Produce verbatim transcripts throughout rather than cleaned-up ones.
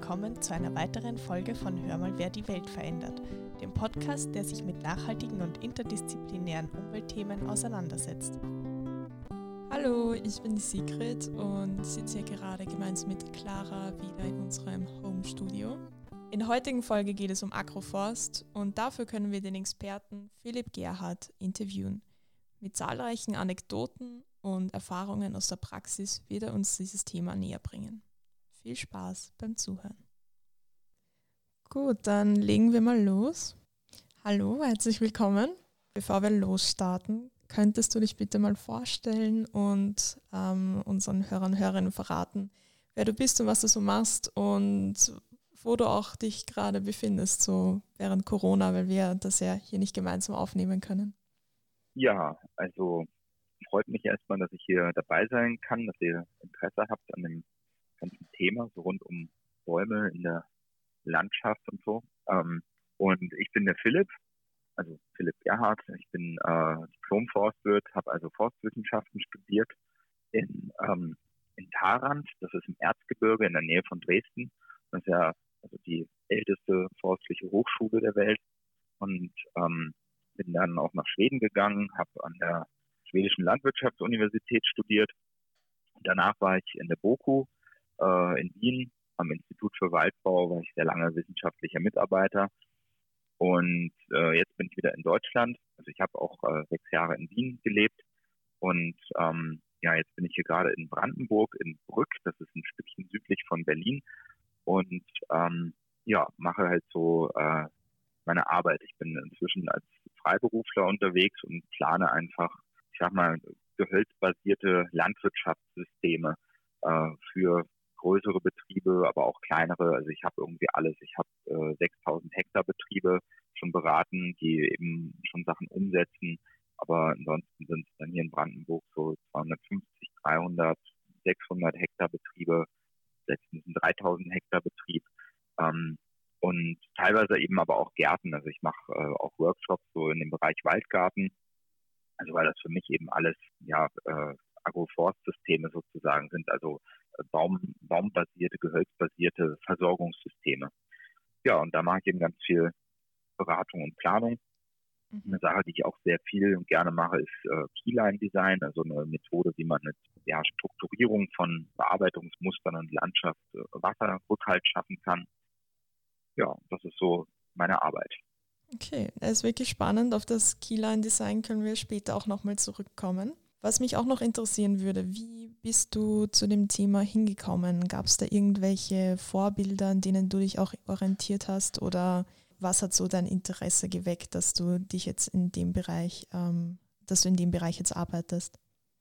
willkommen zu einer weiteren Folge von Hör mal, wer die Welt verändert, dem Podcast, der sich mit nachhaltigen und interdisziplinären Umweltthemen auseinandersetzt. Hallo, ich bin die Sigrid und sitze hier gerade gemeinsam mit Clara wieder in unserem Home-Studio. In der heutigen Folge geht es um Agroforst und dafür können wir den Experten Philipp Gerhardt interviewen. Mit zahlreichen Anekdoten und Erfahrungen aus der Praxis wird er uns dieses Thema näher bringen. Viel Spaß beim Zuhören. Gut, dann legen wir mal los. Hallo, herzlich willkommen. Bevor wir losstarten, könntest du dich bitte mal vorstellen und ähm, unseren Hörern und Hörerinnen verraten, wer du bist und was du so machst und wo du auch dich gerade befindest, so während Corona, weil wir das ja hier nicht gemeinsam aufnehmen können. Ja, also freut mich erstmal, dass ich hier dabei sein kann, dass ihr Interesse habt an dem ganzen Thema, so rund um Bäume in der Landschaft und so. Ähm, und ich bin der Philipp, also Philipp Gerhardt. Ich bin äh, Diplom-Forstwirt, habe also Forstwissenschaften studiert in, ähm, in Tharandt, das ist im Erzgebirge in der Nähe von Dresden. Das ist ja also die älteste forstliche Hochschule der Welt. Und ähm, bin dann auch nach Schweden gegangen, habe an der Schwedischen Landwirtschaftsuniversität studiert. Und danach war ich in der BOKU äh, in Wien am Institut für Waldbau, war ich sehr lange wissenschaftlicher Mitarbeiter. Und äh, jetzt bin ich wieder in Deutschland. Also ich habe auch äh, sechs Jahre in Wien gelebt. Und ähm, ja, jetzt bin ich hier gerade in Brandenburg, in Brück. Das ist ein Stückchen südlich von Berlin. Und ähm, ja, mache halt so äh, meine Arbeit. Ich bin inzwischen als Freiberufler unterwegs und plane einfach, ich sag mal, gehölzbasierte Landwirtschaftssysteme äh, für größere Betriebe, aber auch kleinere. Also ich habe irgendwie alles. Ich habe äh, sechstausend Hektar Betriebe schon beraten, die eben schon Sachen umsetzen. Aber ansonsten sind es dann hier in Brandenburg so zweihundertfünfzig, dreihundert, sechshundert Hektar Betriebe. Letztens ein dreitausend Hektar Betrieb. Ähm, und teilweise eben aber auch Gärten. Also ich mache äh, auch Workshops so in dem Bereich Waldgarten. Also weil das für mich eben alles ja äh, Agroforstsysteme sozusagen sind, also äh, Baum, baumbasierte, gehölzbasierte Versorgungssysteme. Ja, und da mache ich eben ganz viel Beratung und Planung. Mhm. Eine Sache, die ich auch sehr viel und gerne mache, ist äh, Keyline-Design, also eine Methode, wie man mit ja, Strukturierung von Bearbeitungsmustern und Landschaft äh, Wasserrückhalt schaffen kann. Ja, das ist so meine Arbeit. Okay, das ist wirklich spannend. Auf das Keyline-Design können wir später auch nochmal zurückkommen. Was mich auch noch interessieren würde, wie bist du zu dem Thema hingekommen? Gab es da irgendwelche Vorbilder, an denen du dich auch orientiert hast? Oder was hat so dein Interesse geweckt, dass du dich jetzt in dem Bereich, ähm, dass du in dem Bereich jetzt arbeitest?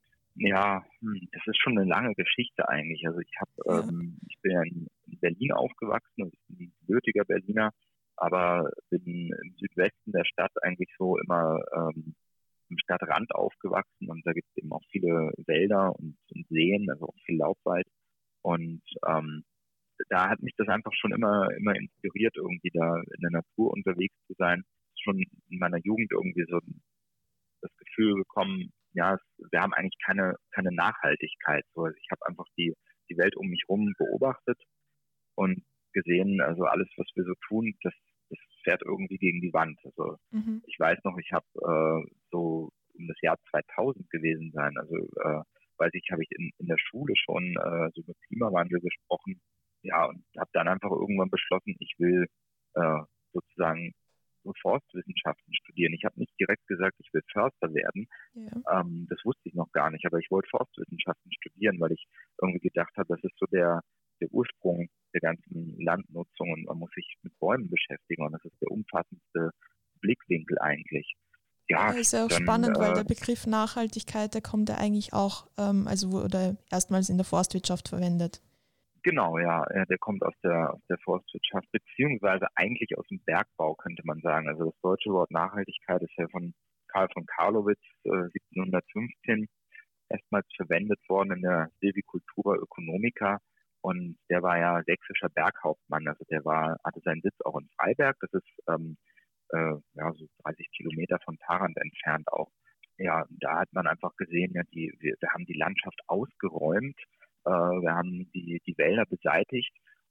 Ja, das ist schon eine lange Geschichte eigentlich. Also ich habe, ja. ähm, ich bin ja in Berlin aufgewachsen, also ein gebürtiger Berliner, aber bin im Südwesten der Stadt eigentlich so immer ähm, im Stadtrand aufgewachsen und da gibt es eben auch viele Wälder und, und Seen, also auch viel Laubwald. Und ähm, da hat mich das einfach schon immer immer inspiriert, irgendwie da in der Natur unterwegs zu sein. Schon in meiner Jugend irgendwie so das Gefühl gekommen, ja, wir haben eigentlich keine keine Nachhaltigkeit. So, also ich habe einfach die die Welt um mich herum beobachtet und gesehen, also alles, was wir so tun, das das fährt irgendwie gegen die Wand. Also mhm. ich weiß noch, ich habe äh, so um das Jahr zweitausend gewesen sein. Also äh, weiß ich, habe ich in, in der Schule schon äh, so über Klimawandel gesprochen. Ja, und habe dann einfach irgendwann beschlossen, ich will äh, sozusagen so Forstwissenschaften studieren. Ich habe nicht direkt gesagt, ich will Förster werden. Ja. Ähm, das wusste ich noch gar nicht, aber ich wollte Forstwissenschaften studieren, weil ich irgendwie gedacht habe, das ist so der, der Ursprung der ganzen Landnutzung und man muss sich mit Bäumen beschäftigen und das ist der umfassendste Blickwinkel eigentlich. Ja, das ist ja auch dann, spannend, äh, weil der Begriff Nachhaltigkeit, der kommt ja eigentlich auch, ähm, also wurde erstmals in der Forstwirtschaft verwendet. Genau, ja, der kommt aus der, aus der Forstwirtschaft, beziehungsweise eigentlich aus dem Bergbau, könnte man sagen. Also das deutsche Wort Nachhaltigkeit ist ja von Karl von Carlowitz äh, siebzehnhundertfünfzehn erstmals verwendet worden in der Silvicultura Economica. Und der war ja sächsischer Berghauptmann, also der war, hatte seinen Sitz auch in Freiberg, das ist ähm, äh, ja, so dreißig Kilometer von Tharandt entfernt auch. Ja, da hat man einfach gesehen, ja, die, wir, wir haben die Landschaft ausgeräumt, äh, wir haben die, die Wälder beseitigt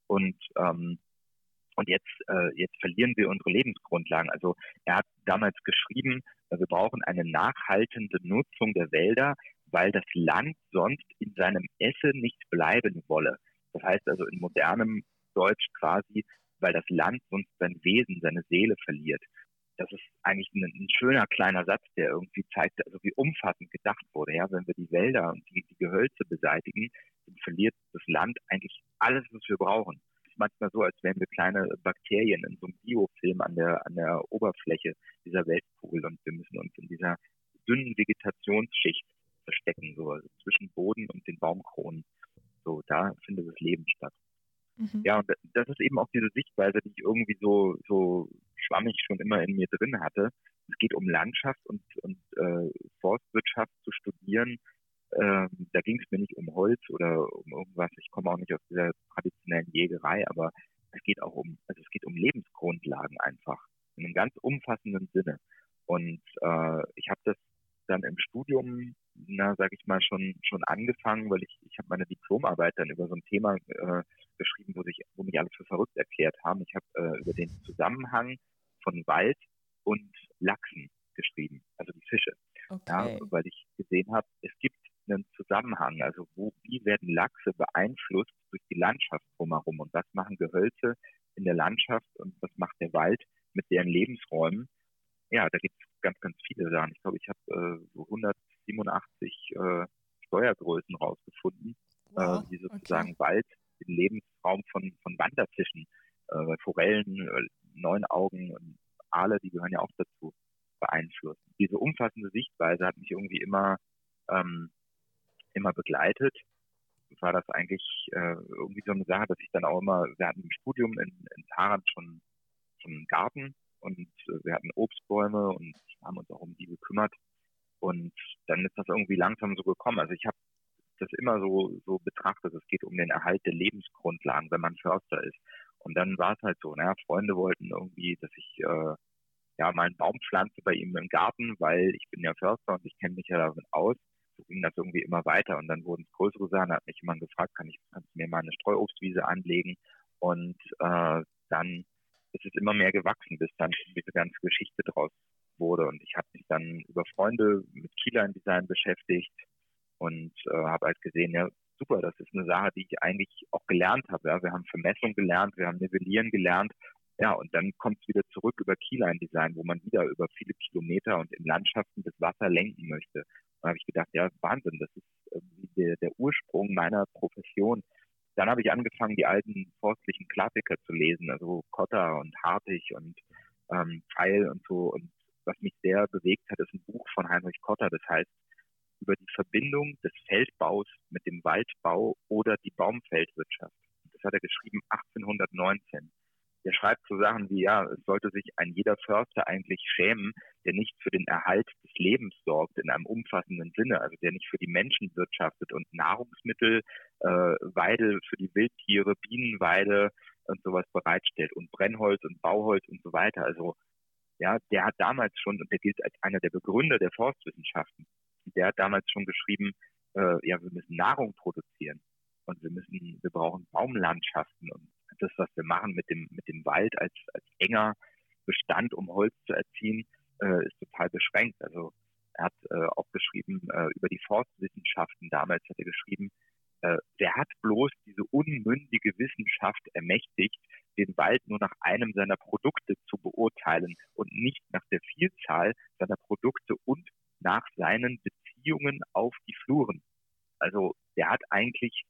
und ähm, und jetzt äh, jetzt verlieren wir unsere Lebensgrundlagen. Also er hat damals geschrieben, äh, wir brauchen eine nachhaltende Nutzung der Wälder, weil das Land sonst in seinem Esse nicht bleiben wolle. Das heißt also in modernem Deutsch quasi, weil das Land sonst sein Wesen, seine Seele verliert. Das ist eigentlich ein, ein schöner kleiner Satz, der irgendwie zeigt, also wie umfassend gedacht wurde. Ja, wenn wir die Wälder und die, die Gehölze beseitigen, dann verliert das Land eigentlich alles, was wir brauchen. Es ist manchmal so, als wären wir kleine Bakterien in so einem Biofilm an der, an der Oberfläche dieser Weltkugel und wir müssen uns in dieser dünnen Vegetationsschicht verstecken, so also zwischen Boden und den Baumkronen. So, da findet das Leben statt. Mhm. Ja, und das ist eben auch diese Sichtweise, die ich irgendwie so, so schwammig schon immer in mir drin hatte. Es geht um Landschaft und, und äh, Forstwirtschaft zu studieren. Ähm, da ging es mir nicht um Holz oder um irgendwas. Ich komme auch nicht aus dieser traditionellen Jägerei, aber es geht auch um, also es geht um Lebensgrundlagen einfach in einem ganz umfassenden Sinne. Und äh, ich habe das dann im Studium, na, sage ich mal, schon schon angefangen, weil ich ich habe meine Diplomarbeit dann über so ein Thema äh, geschrieben, wo sich wo mich alle für verrückt erklärt haben. Ich habe äh, über den Zusammenhang von Wald und Lachsen geschrieben, also die Fische. Okay. Ja, weil ich gesehen habe, es gibt einen Zusammenhang, also wo wie werden Lachse beeinflusst durch die Landschaft drumherum und was machen Gehölze in der Landschaft und was macht der Wald mit deren Lebensräumen. Ja, da gibt es ganz, ganz viele Sachen. Ich glaube, ich habe äh, so hundertsiebenundachtzig äh, Steuergrößen rausgefunden, wow, äh, die sozusagen okay. Wald, den Lebensraum von, von Wanderfischen, äh, Forellen, äh, Neunaugen und Aale, die gehören ja auch dazu, beeinflussen. Diese umfassende Sichtweise hat mich irgendwie immer, ähm, immer begleitet. War das eigentlich äh, irgendwie so eine Sache, dass ich dann auch immer, wir hatten im Studium in, in Tharandt schon, schon einen Garten, und wir hatten Obstbäume und haben uns auch um die gekümmert. Und dann ist das irgendwie langsam so gekommen. Also ich habe das immer so so betrachtet, es geht um den Erhalt der Lebensgrundlagen, wenn man Förster ist. Und dann war es halt so, naja, Freunde wollten irgendwie, dass ich äh, ja mal einen Baum pflanze bei ihm im Garten, weil ich bin ja Förster und ich kenne mich ja damit aus. So ging das irgendwie immer weiter. Und dann wurden es größere Sachen, da hat mich jemand gefragt, kann ich kannst du mir mal eine Streuobstwiese anlegen? Und äh, dann es ist immer mehr gewachsen, bis dann diese ganze Geschichte draus wurde. Und ich habe mich dann über Freunde mit Keyline-Design beschäftigt und äh, habe halt gesehen, ja super, das ist eine Sache, die ich eigentlich auch gelernt habe. Ja. Wir haben Vermessung gelernt, wir haben Nivellieren gelernt. Ja, und dann kommt es wieder zurück über Keyline-Design, wo man wieder über viele Kilometer und in Landschaften das Wasser lenken möchte. Da habe ich gedacht, ja, Wahnsinn, das ist irgendwie der, der Ursprung meiner Profession. Dann habe ich angefangen, die alten forstlichen Klassiker zu lesen, also Cotta und Hartig und ähm, Pfeil und so. Und was mich sehr bewegt hat, ist ein Buch von Heinrich Cotta, das heißt über die Verbindung des Feldbaus mit dem Waldbau oder die Baumfeldwirtschaft. Das hat er geschrieben achtzehnhundertneunzehn. Der schreibt so Sachen wie, ja, es sollte sich ein jeder Förster eigentlich schämen, der nicht für den Erhalt des Lebens sorgt in einem umfassenden Sinne, also der nicht für die Menschen wirtschaftet und Nahrungsmittel, äh, Weide für die Wildtiere, Bienenweide und sowas bereitstellt und Brennholz und Bauholz und so weiter. Also ja, der hat damals schon, und der gilt als einer der Begründer der Forstwissenschaften, der hat damals schon geschrieben, äh, ja, wir müssen Nahrung produzieren und wir müssen, wir brauchen Baumlandschaften und das, was wir machen mit dem mit dem Wald als als enger Bestand, um Holz zu erziehen, äh, ist total beschränkt. Also er hat äh, auch geschrieben äh, über die Forstwissenschaften. Damals hat er geschrieben, äh, wer hat bloß diese unmündige Wissenschaft ermächtigt, den Wald nur nach einem seiner Produkte zu beurteilen und nicht nach der Vielzahl seiner Produkte und nach seinen Beziehungen auf die Fluren. Also der hat eigentlich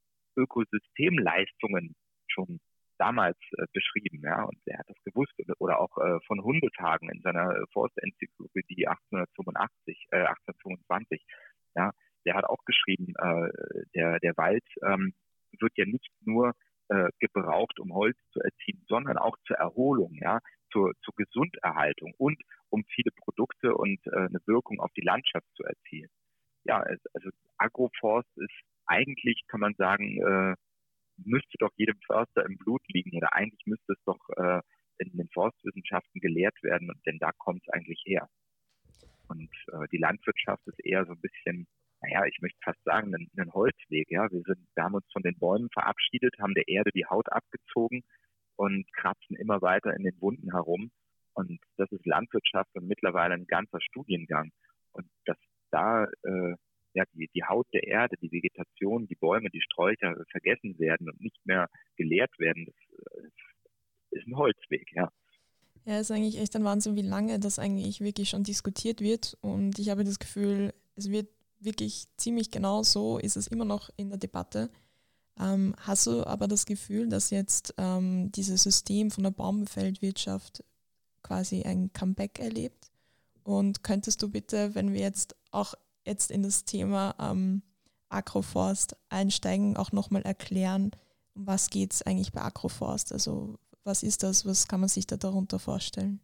Ökosystemleistungen schon damals äh, beschrieben, ja, und er hat das gewusst, oder auch äh, von Hundetagen in seiner äh, Forstenzyklopädie achtzehnhundertfünfundachtzig, äh, achtzehnhundertfünfundzwanzig, ja, der hat auch geschrieben, äh, der der Wald ähm, wird ja nicht nur äh, gebraucht, um Holz zu erziehen, sondern auch zur Erholung, ja, zur zur Gesunderhaltung und um viele Produkte und äh, eine Wirkung auf die Landschaft zu erzielen. Ja, also Agroforst ist eigentlich, kann man sagen, äh, müsste doch jedem Förster im Blut liegen oder eigentlich müsste es doch äh, in den Forstwissenschaften gelehrt werden, denn da kommt es eigentlich her. Und äh, die Landwirtschaft ist eher so ein bisschen naja, ich möchte fast sagen, einen, einen Holzweg. Ja, wir sind, wir haben uns von den Bäumen verabschiedet, haben der Erde die Haut abgezogen und kratzen immer weiter in den Wunden herum. Und das ist Landwirtschaft und mittlerweile ein ganzer Studiengang. Und dass da äh, ja die, die Haut der Erde, die Vegetation, die Bäume, die Sträucher vergessen werden und nicht mehr gelehrt werden, das äh, ist ein Holzweg, ja. Ja, ist eigentlich echt ein Wahnsinn, wie lange das eigentlich wirklich schon diskutiert wird. Und ich habe das Gefühl, es wird wirklich ziemlich genau so, ist es immer noch in der Debatte. Ähm, hast du aber das Gefühl, dass jetzt ähm, dieses System von der Baumfeldwirtschaft quasi ein Comeback erlebt? Und könntest du bitte, wenn wir jetzt auch jetzt in das Thema ähm, Agroforst einsteigen, auch nochmal erklären, um was geht es eigentlich bei Agroforst? Also was ist das? Was kann man sich da darunter vorstellen?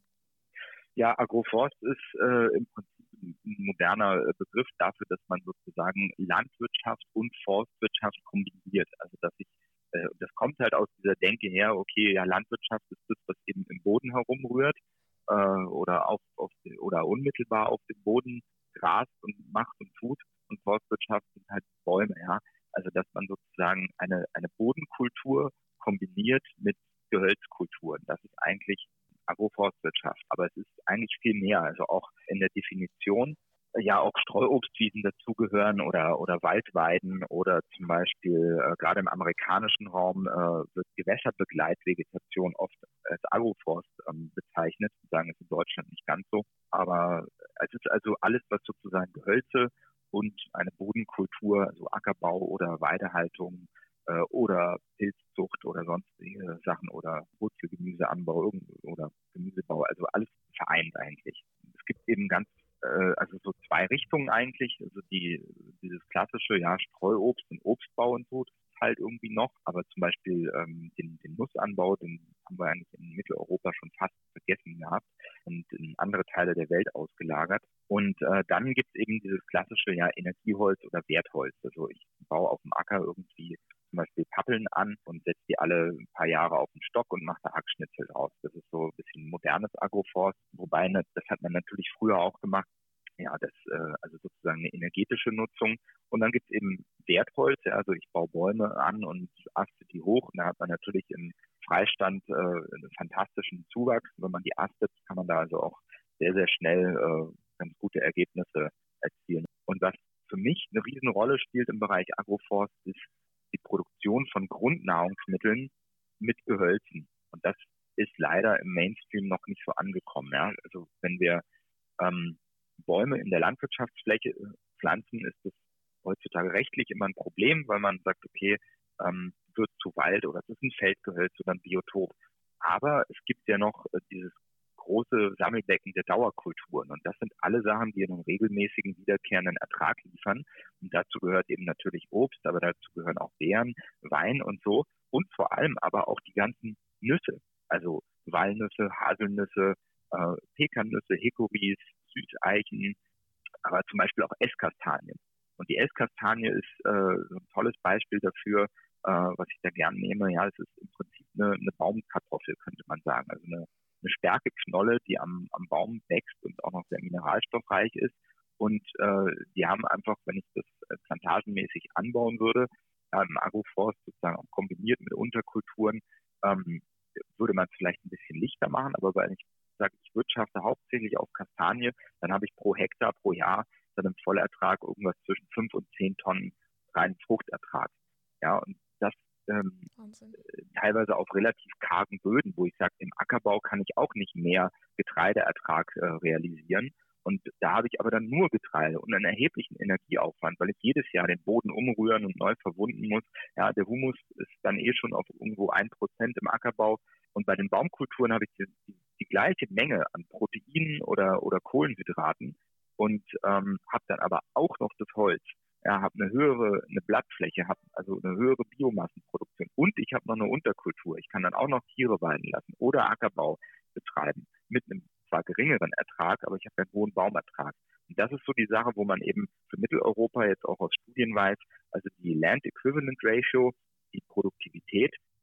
Ja, Agroforst ist äh, im Prinzip ein moderner äh, Begriff dafür, dass man sozusagen Landwirtschaft und Forstwirtschaft kombiniert. Also dass ich, äh, das kommt halt aus dieser Denke her, okay, ja, Landwirtschaft ist das, was eben im Boden herumrührt äh, oder auf, auf oder unmittelbar auf dem Boden grast und macht und tut, und Forstwirtschaft sind halt Bäume, ja. Also dass man sozusagen eine, eine Bodenkultur kombiniert mit Gehölzkulturen. Das ist eigentlich Agroforstwirtschaft. Aber es ist eigentlich viel mehr. Also auch in der Definition, ja, auch Streuobstwiesen dazugehören oder, oder Waldweiden oder zum Beispiel äh, gerade im amerikanischen Raum äh, wird Gewässerbegleitvegetation oft als Agroforst ähm, bezeichnet. Wir sagen es in Deutschland nicht ganz so. Aber es ist also alles, was sozusagen Gehölze und eine Bodenkultur, also Ackerbau oder Weidehaltung äh, oder Pilzzucht oder sonstige Sachen oder Wurzelgemüseanbau oder Gemüsebau, also alles vereint eigentlich. Es gibt eben ganz, äh, also so zwei Richtungen eigentlich, also die dieses klassische, ja, Streuobst und Obstbau und so, das ist halt irgendwie noch, aber zum Beispiel ähm, den, den Nussanbau, den haben wir eigentlich in Mitteleuropa schon fast vergessen gehabt und in andere Teile der Welt ausgelagert. Und äh, dann gibt es eben dieses klassische, ja, Energieholz oder Wertholz. Also ich baue auf dem Acker irgendwie zum Beispiel Pappeln an und setze die alle ein paar Jahre auf den Stock und mache da Hackschnitzel draus. Das ist so ein bisschen modernes Agroforst, wobei ne, das hat man natürlich früher auch gemacht. Ja, das äh, also sozusagen eine energetische Nutzung. Und dann gibt es eben Wertholz, ja, also ich baue Bäume an und aste die hoch. Und da hat man natürlich im Freistand äh, einen fantastischen Zuwachs. Und wenn man die astet, kann man da also auch sehr, sehr schnell äh, ganz gute Ergebnisse erzielen. Und was für mich eine Riesenrolle spielt im Bereich Agroforst, ist die Produktion von Grundnahrungsmitteln mit Gehölzen. Und das ist leider im Mainstream noch nicht so angekommen. Ja? Also wenn wir ähm, Bäume in der Landwirtschaftsfläche äh, pflanzen, ist das heutzutage rechtlich immer ein Problem, weil man sagt, okay, ähm, wird zu Wald oder es ist ein Feldgehölz oder ein Biotop. Aber es gibt ja noch äh, dieses große Sammelbecken der Dauerkulturen. Und das sind alle Sachen, die einen regelmäßigen, wiederkehrenden Ertrag liefern. Und dazu gehört eben natürlich Obst, aber dazu gehören auch Beeren, Wein und so. Und vor allem aber auch die ganzen Nüsse, also Walnüsse, Haselnüsse, äh, Pekannüsse, Hickories, Süßeichen, aber zum Beispiel auch Esskastanien. Und die Esskastanie ist äh, so ein tolles Beispiel dafür, äh, was ich da gern nehme. Ja, es ist im Prinzip eine, eine Baumkartoffel, könnte man sagen. Also eine eine Stärkeknolle, die am, am Baum wächst und auch noch sehr mineralstoffreich ist. Und äh, die haben einfach, wenn ich das äh, plantagenmäßig anbauen würde, ja, im Agroforst sozusagen auch kombiniert mit Unterkulturen, ähm, würde man es vielleicht ein bisschen lichter machen. Aber wenn ich sage, ich wirtschafte hauptsächlich auf Kastanie, dann habe ich pro Hektar, pro Jahr dann im Vollertrag irgendwas zwischen fünf und zehn Tonnen reinen Fruchtertrag. Ja, und das Ähm, teilweise auf relativ kargen Böden, wo ich sage, im Ackerbau kann ich auch nicht mehr Getreideertrag äh, realisieren. Und da habe ich aber dann nur Getreide und einen erheblichen Energieaufwand, weil ich jedes Jahr den Boden umrühren und neu verwunden muss. Ja, der Humus ist dann eh schon auf irgendwo ein Prozent im Ackerbau. Und bei den Baumkulturen habe ich die, die, die gleiche Menge an Proteinen oder, oder Kohlenhydraten und ähm, habe dann aber auch noch das Holz. Ja, habe eine höhere, eine Blattfläche, habe also eine höhere Biomassenproduktion und ich habe noch eine Unterkultur. Ich kann dann auch noch Tiere weiden lassen oder Ackerbau betreiben mit einem zwar geringeren Ertrag, aber ich habe einen hohen Baumertrag. Und das ist so die Sache, wo man eben für Mitteleuropa jetzt auch aus Studien weiß, also die Land Equivalent Ratio, die Produktivität,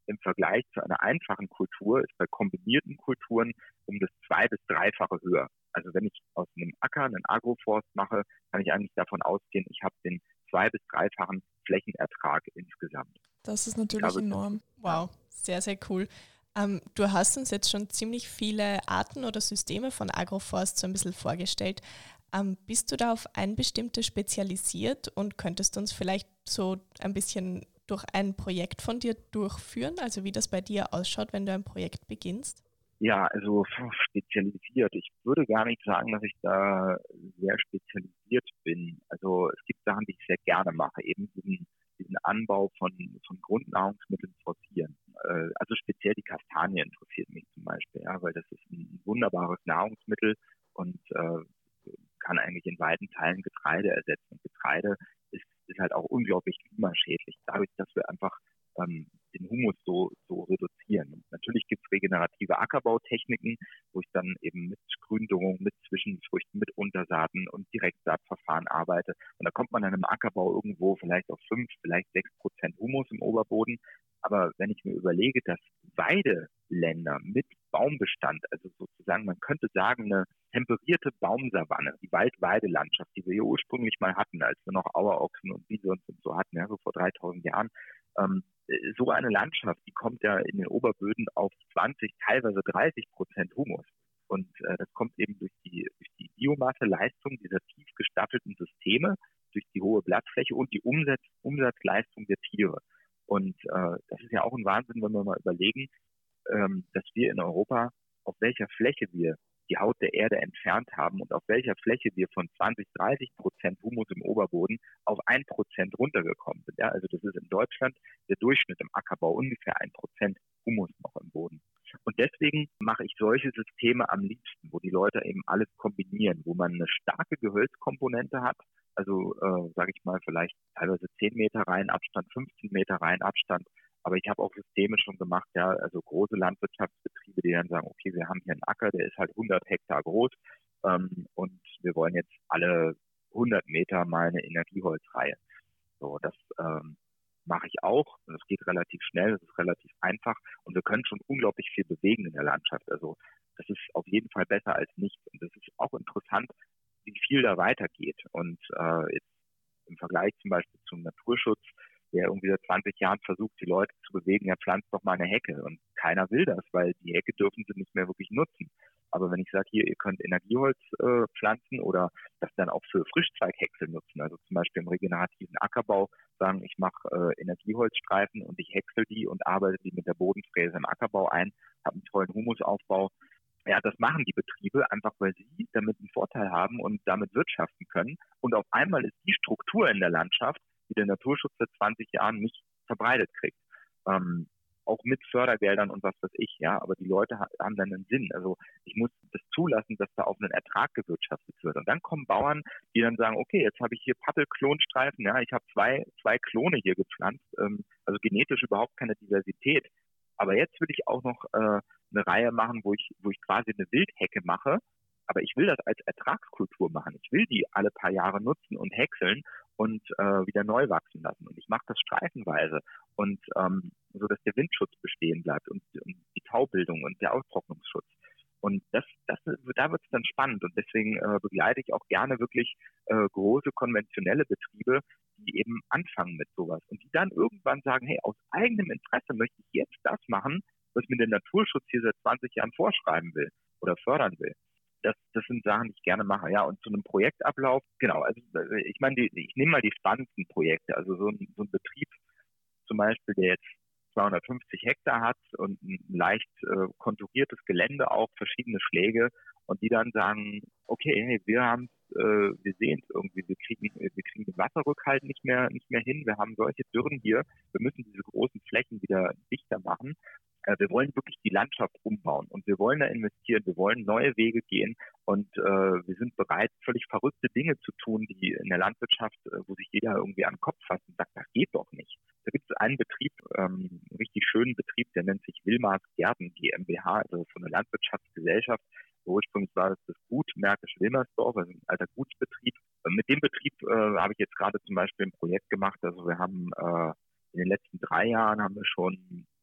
im Vergleich zu einer einfachen Kultur ist bei kombinierten Kulturen um das zwei- bis dreifache höher. Also wenn ich aus einem Acker einen Agroforst mache, kann ich eigentlich davon ausgehen, ich habe den zwei- bis dreifachen Flächenertrag insgesamt. Das ist natürlich glaube, enorm. Wow, sehr, sehr cool. Ähm, du hast uns jetzt schon ziemlich viele Arten oder Systeme von Agroforst so ein bisschen vorgestellt. Ähm, bist du da auf ein bestimmtes spezialisiert und könntest uns vielleicht so ein bisschen durch ein Projekt von dir durchführen, also wie das bei dir ausschaut, wenn du ein Projekt beginnst? Ja, also spezialisiert. Ich würde gar nicht sagen, dass ich da sehr spezialisiert bin. Also es gibt Sachen, die ich sehr gerne mache, eben diesen, diesen Anbau von, von Grundnahrungsmitteln forcieren. Äh, also speziell die Kastanie interessiert mich zum Beispiel, ja, weil das ist ein wunderbares Nahrungsmittel und äh, kann eigentlich in weiten Teilen Getreide ersetzen. Und Getreide ist, ist halt auch unglaublich klimaschädlich, dadurch, dass wir einfach ähm, den Humus so, so reduzieren. Und natürlich gibt es regenerative Ackerbautechniken, wo ich dann eben mit Gründüngung, mit Zwischenfrüchten, mit Untersaaten und Direktsaatverfahren arbeite. Und da kommt man an einem Ackerbau irgendwo vielleicht auf fünf, vielleicht sechs Prozent Humus im Oberboden. Aber wenn ich mir überlege, dass Weideländer mit Baumbestand, also sozusagen, man könnte sagen, eine temperierte Baumsavanne, die Waldweidelandschaft, die wir hier ursprünglich mal hatten, als wir noch Auerochsen und Bisons und so hatten, ja, so vor dreitausend Jahren, ähm, so eine Landschaft, die kommt ja in den Oberböden auf zwanzig, teilweise dreißig Prozent Humus. Und äh, das kommt eben durch die, durch die Biomasseleistung dieser tief gestaffelten Systeme, durch die hohe Blattfläche und die Umsatz, Umsatzleistung der Tiere. Und äh, das ist ja auch ein Wahnsinn, wenn wir mal überlegen, ähm, dass wir in Europa, auf welcher Fläche wir die Haut der Erde entfernt haben und auf welcher Fläche wir von zwanzig, dreißig Prozent Humus im Oberboden auf ein Prozent runtergekommen sind. Ja, also das ist in Deutschland der Durchschnitt im Ackerbau ungefähr ein Prozent Humus noch im Boden. Und deswegen mache ich solche Systeme am liebsten, wo die Leute eben alles kombinieren, wo man eine starke Gehölzkomponente hat, also äh, sage ich mal vielleicht teilweise zehn Meter Reihenabstand, fünfzehn Meter Reihenabstand. Aber ich habe auch Systeme schon gemacht, ja, also große Landwirtschaftsbetriebe, die dann sagen, okay, wir haben hier einen Acker, der ist halt hundert Hektar groß ähm, und wir wollen jetzt alle hundert Meter mal eine Energieholzreihe. So, das ähm, mache ich auch. Und das geht relativ schnell, das ist relativ einfach und wir können schon unglaublich viel bewegen in der Landschaft. Also das ist auf jeden Fall besser als nichts. Und das ist auch interessant, wie viel da weitergeht. Und äh, jetzt im Vergleich zum Beispiel zum Naturschutz, der irgendwie seit zwanzig Jahren versucht, die Leute zu bewegen, ja, pflanzt doch mal eine Hecke. Und keiner will das, weil die Hecke dürfen sie nicht mehr wirklich nutzen. Aber wenn ich sage, hier, ihr könnt Energieholz äh, pflanzen oder das dann auch für Frischzweighäcksel nutzen, also zum Beispiel im regenerativen Ackerbau sagen, ich mache äh, Energieholzstreifen und ich häcksel die und arbeite die mit der Bodenfräse im Ackerbau ein, habe einen tollen Humusaufbau. Ja, das machen die Betriebe einfach, weil sie damit einen Vorteil haben und damit wirtschaften können. Und auf einmal ist die Struktur in der Landschaft, die der Naturschutz seit zwanzig Jahren nicht verbreitet kriegt. Ähm, auch mit Fördergeldern und was weiß ich, ja, aber die Leute ha- haben dann einen Sinn. Also ich muss das zulassen, dass da auf einen Ertrag gewirtschaftet wird. Und dann kommen Bauern, die dann sagen, okay, jetzt habe ich hier Pappelklonstreifen, ja, ich habe zwei, zwei Klone hier gepflanzt, ähm, also genetisch überhaupt keine Diversität. Aber jetzt will ich auch noch äh, eine Reihe machen, wo ich, wo ich quasi eine Wildhecke mache, aber ich will das als Ertragskultur machen. Ich will die alle paar Jahre nutzen und häckseln und äh, wieder neu wachsen lassen. Und ich mache das streifenweise und ähm, so, dass der Windschutz bestehen bleibt und, und die Taubildung und der Austrocknungsschutz. Und das, das, da wird es dann spannend. Und deswegen äh, begleite ich auch gerne wirklich äh, große konventionelle Betriebe, die eben anfangen mit sowas. Und die dann irgendwann sagen, hey, aus eigenem Interesse möchte ich jetzt das machen, was mir der Naturschutz hier seit zwanzig Jahren vorschreiben will oder fördern will. Das, das sind Sachen, die ich gerne mache. Ja, und zu einem Projektablauf, genau, also ich meine, die, ich nehme mal die spannendsten Projekte. Also so ein, so ein Betrieb zum Beispiel, der jetzt zweihundertfünfzig Hektar hat und ein leicht äh, konturiertes Gelände auch, verschiedene Schläge und die dann sagen, okay, hey, wir haben äh, wir sehen es irgendwie, wir kriegen, wir kriegen den Wasserrückhalt nicht mehr, nicht mehr hin, wir haben solche Dürren hier, wir müssen diese großen Flächen wieder dichter machen. Äh, wir wollen wirklich die Landschaft umbauen und wir wollen da investieren, wir wollen neue Wege gehen und äh, wir sind bereit, völlig verrückte Dinge zu tun, die in der Landwirtschaft, äh, wo sich jeder irgendwie an den Kopf fasst und sagt, das geht doch nicht. Da gibt es einen Betrieb, ähm, einen richtig schönen Betrieb, der nennt sich Wilmars Gärten GmbH, also so eine Landwirtschaftsgesellschaft. Ursprünglich war das das Gut Märkisch-Wilmersdorf, also ein alter Gutsbetrieb. Mit dem Betrieb äh, habe ich jetzt gerade zum Beispiel ein Projekt gemacht. Also wir haben äh, in den letzten drei Jahren haben wir schon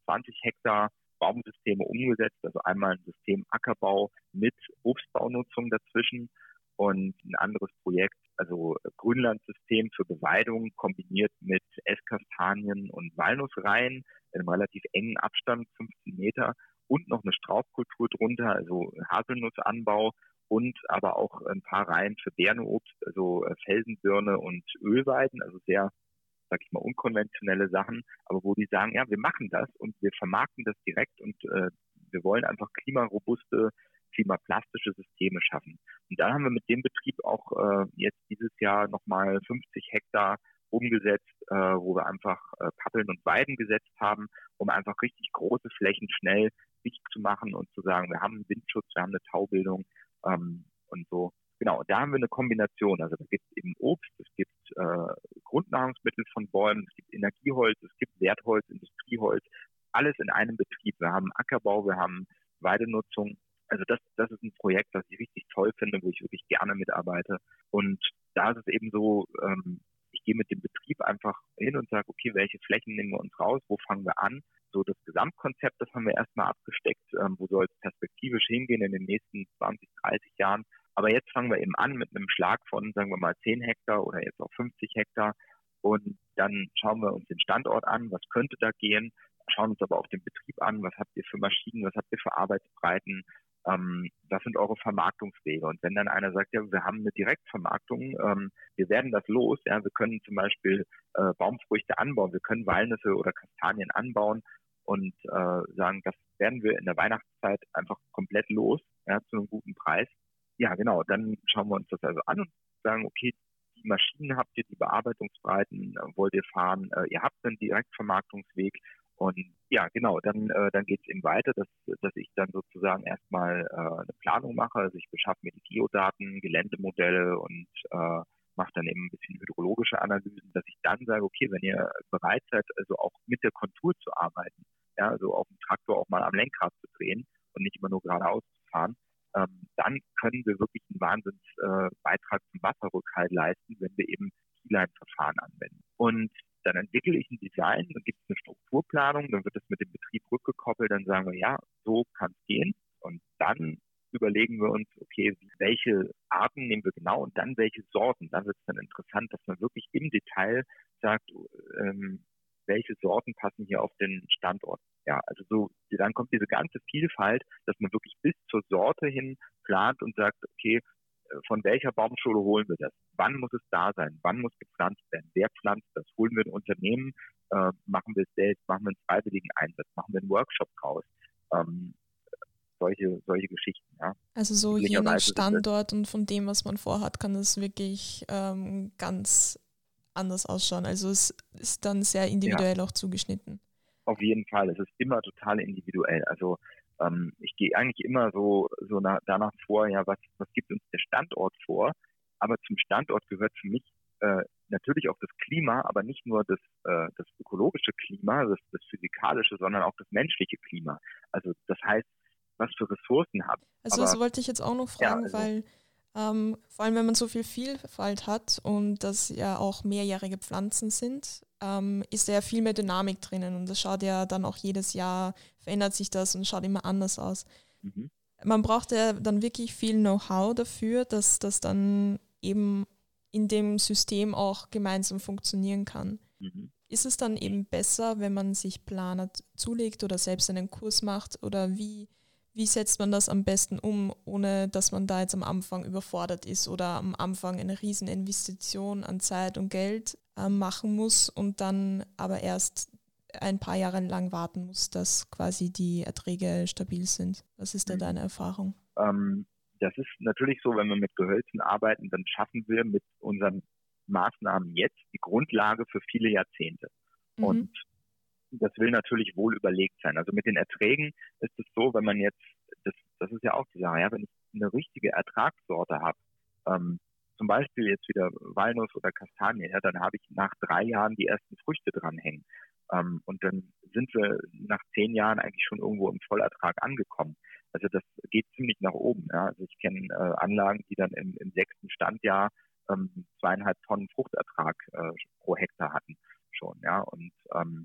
zwanzig Hektar Baumsysteme umgesetzt, also einmal ein System Ackerbau mit Obstbaunutzung dazwischen und ein anderes Projekt, also Grünlandsystem für Beweidung kombiniert mit Esskastanien und Walnussreihen in einem relativ engen Abstand, fünfzehn Meter, und noch eine Strauchkultur drunter, also Haselnussanbau und aber auch ein paar Reihen für Beerenobst, also Felsenbirne und Ölweiden, also sehr, sag ich mal, unkonventionelle Sachen, aber wo die sagen, ja, wir machen das und wir vermarkten das direkt und äh, wir wollen einfach klimarobuste, klimaplastische Systeme schaffen. Und dann haben wir mit dem Betrieb auch äh, jetzt dieses Jahr nochmal fünfzig Hektar umgesetzt, äh, wo wir einfach äh, Pappeln und Weiden gesetzt haben, um einfach richtig große Flächen schnell dicht zu machen und zu sagen, wir haben einen Windschutz, wir haben eine Taubildung ähm, und so. Genau, da haben wir eine Kombination. Also da gibt es eben Obst, es gibt äh, Grundnahrungsmittel von Bäumen, es gibt Energieholz, es gibt Wertholz, Industrieholz, alles in einem Betrieb. Wir haben Ackerbau, wir haben Weidenutzung. Also das, das ist ein Projekt, das ich richtig toll finde, wo ich wirklich gerne mitarbeite. Und da ist es eben so, ähm, ich gehe mit dem Betrieb einfach hin und sage, okay, welche Flächen nehmen wir uns raus, wo fangen wir an? So das Gesamtkonzept, das haben wir erstmal abgesteckt, ähm, wo soll es perspektivisch hingehen in den nächsten zwanzig, dreißig Jahren. Aber jetzt fangen wir eben an mit einem Schlag von, sagen wir mal, zehn Hektar oder jetzt auch fünfzig Hektar. Und dann schauen wir uns den Standort an, was könnte da gehen, schauen uns aber auch den Betrieb an, was habt ihr für Maschinen, was habt ihr für Arbeitsbreiten, ähm, was sind eure Vermarktungswege. Und wenn dann einer sagt, ja, wir haben eine Direktvermarktung, ähm, wir werden das los, ja, wir können zum Beispiel äh, Baumfrüchte anbauen, wir können Walnüsse oder Kastanien anbauen und äh, sagen, das werden wir in der Weihnachtszeit einfach komplett los, ja, zu einem guten Preis. Ja, genau, dann schauen wir uns das also an und sagen, okay, die Maschinen habt ihr, die Bearbeitungsbreiten äh, wollt ihr fahren, äh, ihr habt einen Direktvermarktungsweg und ja, genau, dann äh, dann geht es eben weiter, dass, dass ich dann sozusagen erstmal äh, eine Planung mache, also ich beschaffe mir die Geodaten, Geländemodelle und äh, mache dann eben ein bisschen hydrologische Analysen, dass ich dann sage, okay, wenn ihr bereit seid, also auch mit der Kontur zu arbeiten, ja, also auf dem Traktor auch mal am Lenkrad zu drehen und nicht immer nur geradeaus zu fahren, Ähm, dann können wir wirklich einen Wahnsinnsbeitrag äh, zum Wasserrückhalt leisten, wenn wir eben Keyline-Verfahren anwenden. Und dann entwickle ich ein Design, dann gibt es eine Strukturplanung, dann wird es mit dem Betrieb rückgekoppelt, dann sagen wir, ja, so kann es gehen. Und dann überlegen wir uns, okay, welche Arten nehmen wir genau und dann welche Sorten. Dann wird es dann interessant, dass man wirklich im Detail sagt, ähm, welche Sorten passen hier auf den Standort. Ja, also so, dann kommt diese ganze Vielfalt, dass man wirklich bis zur Sorte hin plant und sagt, okay, von welcher Baumschule holen wir das? Wann muss es da sein? Wann muss gepflanzt werden? Wer pflanzt das? Holen wir ein Unternehmen? Äh, machen wir es selbst? Machen wir einen freiwilligen Einsatz? Machen wir einen Workshop draus? Ähm, solche, solche Geschichten, ja. Also so je nach Standort und von dem, was man vorhat, kann das wirklich ähm, ganz anders ausschauen. Also es ist dann sehr individuell ja. auch zugeschnitten. Auf jeden Fall. Es ist immer total individuell. Also ähm, ich gehe eigentlich immer so, so nach, danach vor, ja, was, was gibt uns der Standort vor? Aber zum Standort gehört für mich äh, natürlich auch das Klima, aber nicht nur das, äh, das ökologische Klima, das, das physikalische, sondern auch das menschliche Klima. Also das heißt, was für Ressourcen haben. Also aber, das wollte ich jetzt auch noch fragen, ja, also, weil ähm, vor allem wenn man so viel Vielfalt hat und das ja auch mehrjährige Pflanzen sind, ähm, ist da ja viel mehr Dynamik drinnen und das schaut ja dann auch jedes Jahr, verändert sich das und schaut immer anders aus. Mhm. Man braucht ja dann wirklich viel Know-how dafür, dass das dann eben in dem System auch gemeinsam funktionieren kann. Mhm. Ist es dann eben besser, wenn man sich Planer zulegt oder selbst einen Kurs macht oder wie Wie setzt man das am besten um, ohne dass man da jetzt am Anfang überfordert ist oder am Anfang eine riesen Investition an Zeit und Geld äh, machen muss und dann aber erst ein paar Jahre lang warten muss, dass quasi die Erträge stabil sind? Was ist da mhm. deine Erfahrung? Ähm, das ist natürlich so, wenn wir mit Gehölzen arbeiten, dann schaffen wir mit unseren Maßnahmen jetzt die Grundlage für viele Jahrzehnte. Mhm. Und das will natürlich wohl überlegt sein. Also mit den Erträgen ist es so, wenn man jetzt, das, das ist ja auch die Sache, ja, wenn ich eine richtige Ertragssorte habe, ähm, zum Beispiel jetzt wieder Walnuss oder Kastanie, ja, dann habe ich nach drei Jahren die ersten Früchte dranhängen. Ähm, und dann sind wir nach zehn Jahren eigentlich schon irgendwo im Vollertrag angekommen. Also das geht ziemlich nach oben. Ja. Also ich kenne äh, Anlagen, die dann im, im sechsten Standjahr ähm, zweieinhalb Tonnen Fruchtertrag äh, pro Hektar hatten schon. Ja. Und ähm, das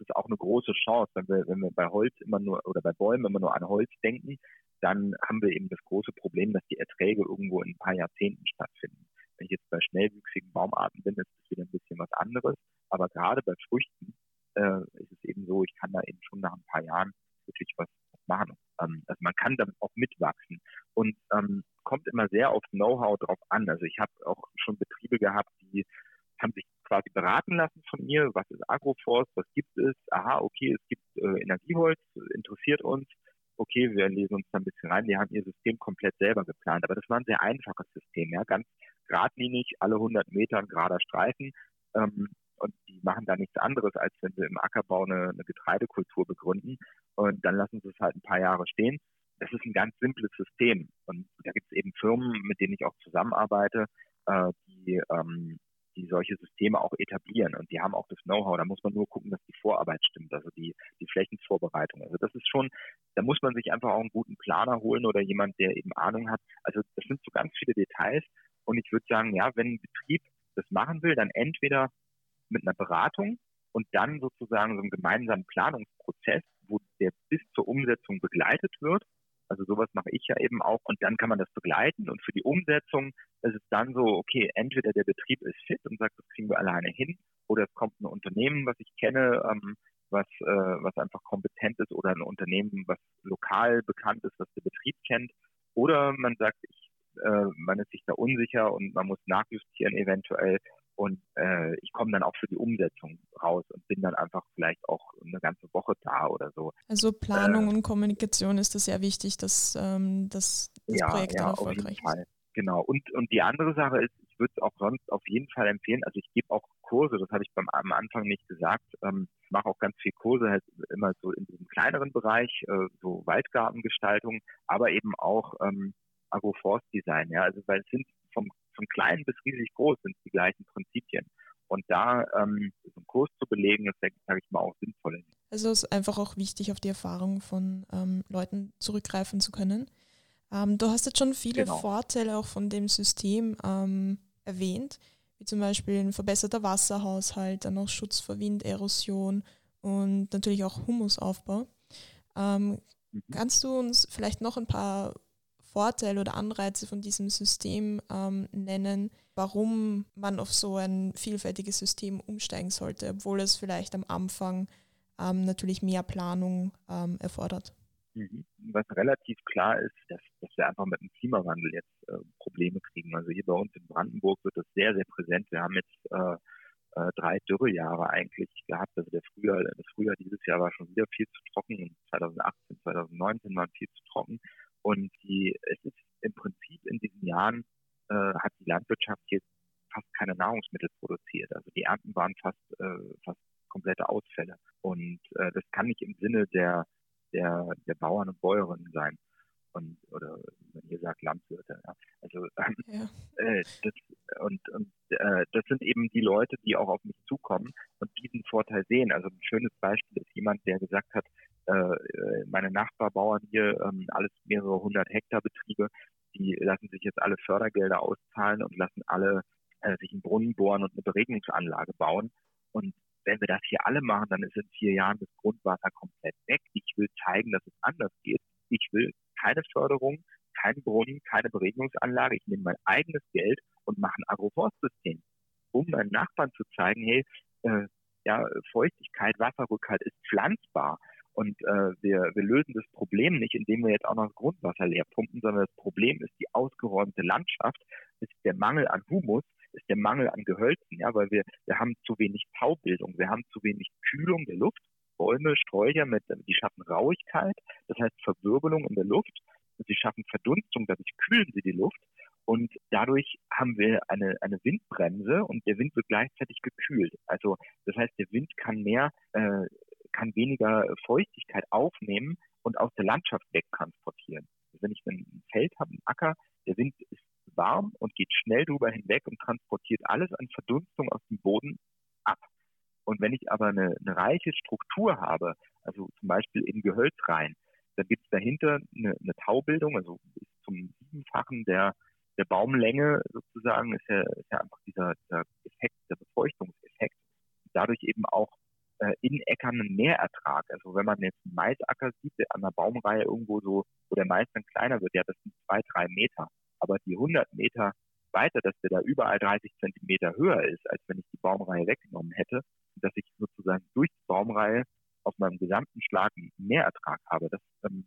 ist auch eine große Chance, wenn wir, wenn wir bei Holz immer nur oder bei Bäumen immer nur an Holz denken, dann haben wir eben das große Problem, dass die Erträge irgendwo in ein paar Jahrzehnten stattfinden. Wenn ich jetzt bei schnellwüchsigen Baumarten bin, ist das wieder ein bisschen was anderes. Aber gerade bei Früchten äh, ist es eben so, ich kann da eben schon nach ein paar Jahren wirklich was, was machen. Ähm, also man kann damit auch mitwachsen und ähm, kommt immer sehr aufs Know-how drauf an. Also ich habe auch schon Betriebe gehabt, die haben sich quasi beraten lassen von mir, was ist Agroforst, was gibt es, aha, okay, es gibt äh, Energieholz, interessiert uns, okay, wir lesen uns da ein bisschen rein, die haben ihr System komplett selber geplant, aber das war ein sehr einfaches System, ja, ganz geradlinig, alle hundert Meter ein gerader Streifen, ähm, und die machen da nichts anderes, als wenn sie im Ackerbau eine, eine Getreidekultur begründen und dann lassen sie es halt ein paar Jahre stehen. Das ist ein ganz simples System und da gibt es eben Firmen, mit denen ich auch zusammenarbeite, äh, die ähm, die solche Systeme auch etablieren. Und die haben auch das Know-how. Da muss man nur gucken, dass die Vorarbeit stimmt, also die, die Flächenvorbereitung. Also das ist schon, da muss man sich einfach auch einen guten Planer holen oder jemand, der eben Ahnung hat. Also das sind so ganz viele Details. Und ich würde sagen, ja, wenn ein Betrieb das machen will, dann entweder mit einer Beratung und dann sozusagen so einem gemeinsamen Planungsprozess, wo der bis zur Umsetzung begleitet wird. Also sowas mache ich ja eben auch und dann kann man das begleiten und für die Umsetzung ist es dann so, okay, entweder der Betrieb ist fit und sagt, das kriegen wir alleine hin oder es kommt ein Unternehmen, was ich kenne, ähm, was, äh, was einfach kompetent ist oder ein Unternehmen, was lokal bekannt ist, was der Betrieb kennt oder man sagt, ich, äh, man ist sich da unsicher und man muss nachjustieren eventuell und äh, ich komme dann auch für die Umsetzung raus und bin dann einfach vielleicht auch eine ganze Woche da oder so. Also Planung äh, und Kommunikation ist das sehr wichtig, dass, ähm, dass das ja, Projekt ja, dann erfolgreich auf jeden ist. Fall. Genau. Und, und die andere Sache ist, ich würde es auch sonst auf jeden Fall empfehlen, also ich gebe auch Kurse, das habe ich beim, am Anfang nicht gesagt, ähm, ich mache auch ganz viel Kurse, halt immer so in diesem kleineren Bereich, äh, so Waldgartengestaltung, aber eben auch ähm, Agroforstdesign, ja, also weil es sind vom, von klein bis riesig groß sind die gleichen Prinzipien. Und da ähm, so einen Kurs zu belegen, ist, sage ich mal, auch sinnvoll. Also es ist einfach auch wichtig, auf die Erfahrung von ähm, Leuten zurückgreifen zu können. Ähm, du hast jetzt schon viele Genau. Vorteile auch von dem System ähm, erwähnt, wie zum Beispiel ein verbesserter Wasserhaushalt, dann auch Schutz vor Winderosion und natürlich auch Humusaufbau. Ähm, Mhm. Kannst du uns vielleicht noch ein paar Vorteile oder Anreize von diesem System ähm, nennen, warum man auf so ein vielfältiges System umsteigen sollte, obwohl es vielleicht am Anfang ähm, natürlich mehr Planung ähm, erfordert? Mhm. Was relativ klar ist, dass, dass wir einfach mit dem Klimawandel jetzt äh, Probleme kriegen. Also hier bei uns in Brandenburg wird das sehr, sehr präsent. Wir haben jetzt äh, äh, drei Dürrejahre eigentlich gehabt. Also der Frühjahr, das Frühjahr dieses Jahr war schon wieder viel zu trocken und zwanzig achtzehn, zwanzig neunzehn waren viel zu trocken. Und die, es ist im Prinzip in diesen Jahren äh, hat die Landwirtschaft hier fast keine Nahrungsmittel produziert. Also die Ernten waren fast, äh, fast komplette Ausfälle. Und äh, das kann nicht im Sinne der, der, der Bauern und Bäuerinnen sein. Und, oder wenn ihr sagt Landwirte. Ja. Also ähm, Ja. äh, das, und, und äh, das sind eben die Leute, die auch auf mich zukommen und diesen Vorteil sehen. Also ein schönes Beispiel ist jemand, der gesagt hat, äh, meine Nachbarbauern hier, ähm, alles mehrere hundert Hektar Betriebe, die lassen sich jetzt alle Fördergelder auszahlen und lassen alle äh, sich einen Brunnen bohren und eine Beregnungsanlage bauen. Und wenn wir das hier alle machen, dann ist in vier Jahren das Grundwasser komplett weg. Ich will zeigen, dass es anders geht. Ich will keine Förderung, keinen Brunnen, keine Beregnungsanlage. Ich nehme mein eigenes Geld und mache ein Agroforstsystem, um meinen Nachbarn zu zeigen, hey, äh, ja, Feuchtigkeit, Wasserrückhalt ist pflanzbar. Und äh, wir, wir lösen das Problem nicht, indem wir jetzt auch noch das Grundwasser leer pumpen, sondern das Problem ist die ausgeräumte Landschaft, ist der Mangel an Humus, ist der Mangel an Gehölzen, ja, weil wir, wir haben zu wenig Taubildung, wir haben zu wenig Kühlung der Luft. Bäume, Sträucher, mit, die schaffen Rauigkeit, das heißt Verwirbelung in der Luft. Sie schaffen Verdunstung, dadurch kühlen sie die Luft. Und dadurch haben wir eine, eine Windbremse und der Wind wird gleichzeitig gekühlt. Also das heißt, der Wind kann mehr, äh, kann weniger Feuchtigkeit aufnehmen und aus der Landschaft wegtransportieren. Also wenn ich ein Feld habe, einen Acker, der Wind ist warm und geht schnell drüber hinweg und transportiert alles an Verdunstung aus dem Boden ab. Und wenn ich aber eine, eine reiche Struktur habe, also zum Beispiel in Gehölzreihen, dann gibt es dahinter eine, eine Taubildung, also bis zum Siebenfachen der, der Baumlänge sozusagen, ist ja, ist ja einfach dieser, dieser Effekt, der Befeuchtungseffekt. Dadurch eben auch äh, in Äckern einen Mehrertrag. Also wenn man jetzt einen Maisacker sieht, der an der Baumreihe irgendwo so, wo der Mais dann kleiner wird, ja, das sind zwei, drei Meter. Aber die hundert Meter weiter, dass der da überall dreißig Zentimeter höher ist, als wenn ich die Baumreihe weggenommen hätte, und dass ich sozusagen durch die Baumreihe auf meinem gesamten Schlag einen Mehrertrag habe, das ähm,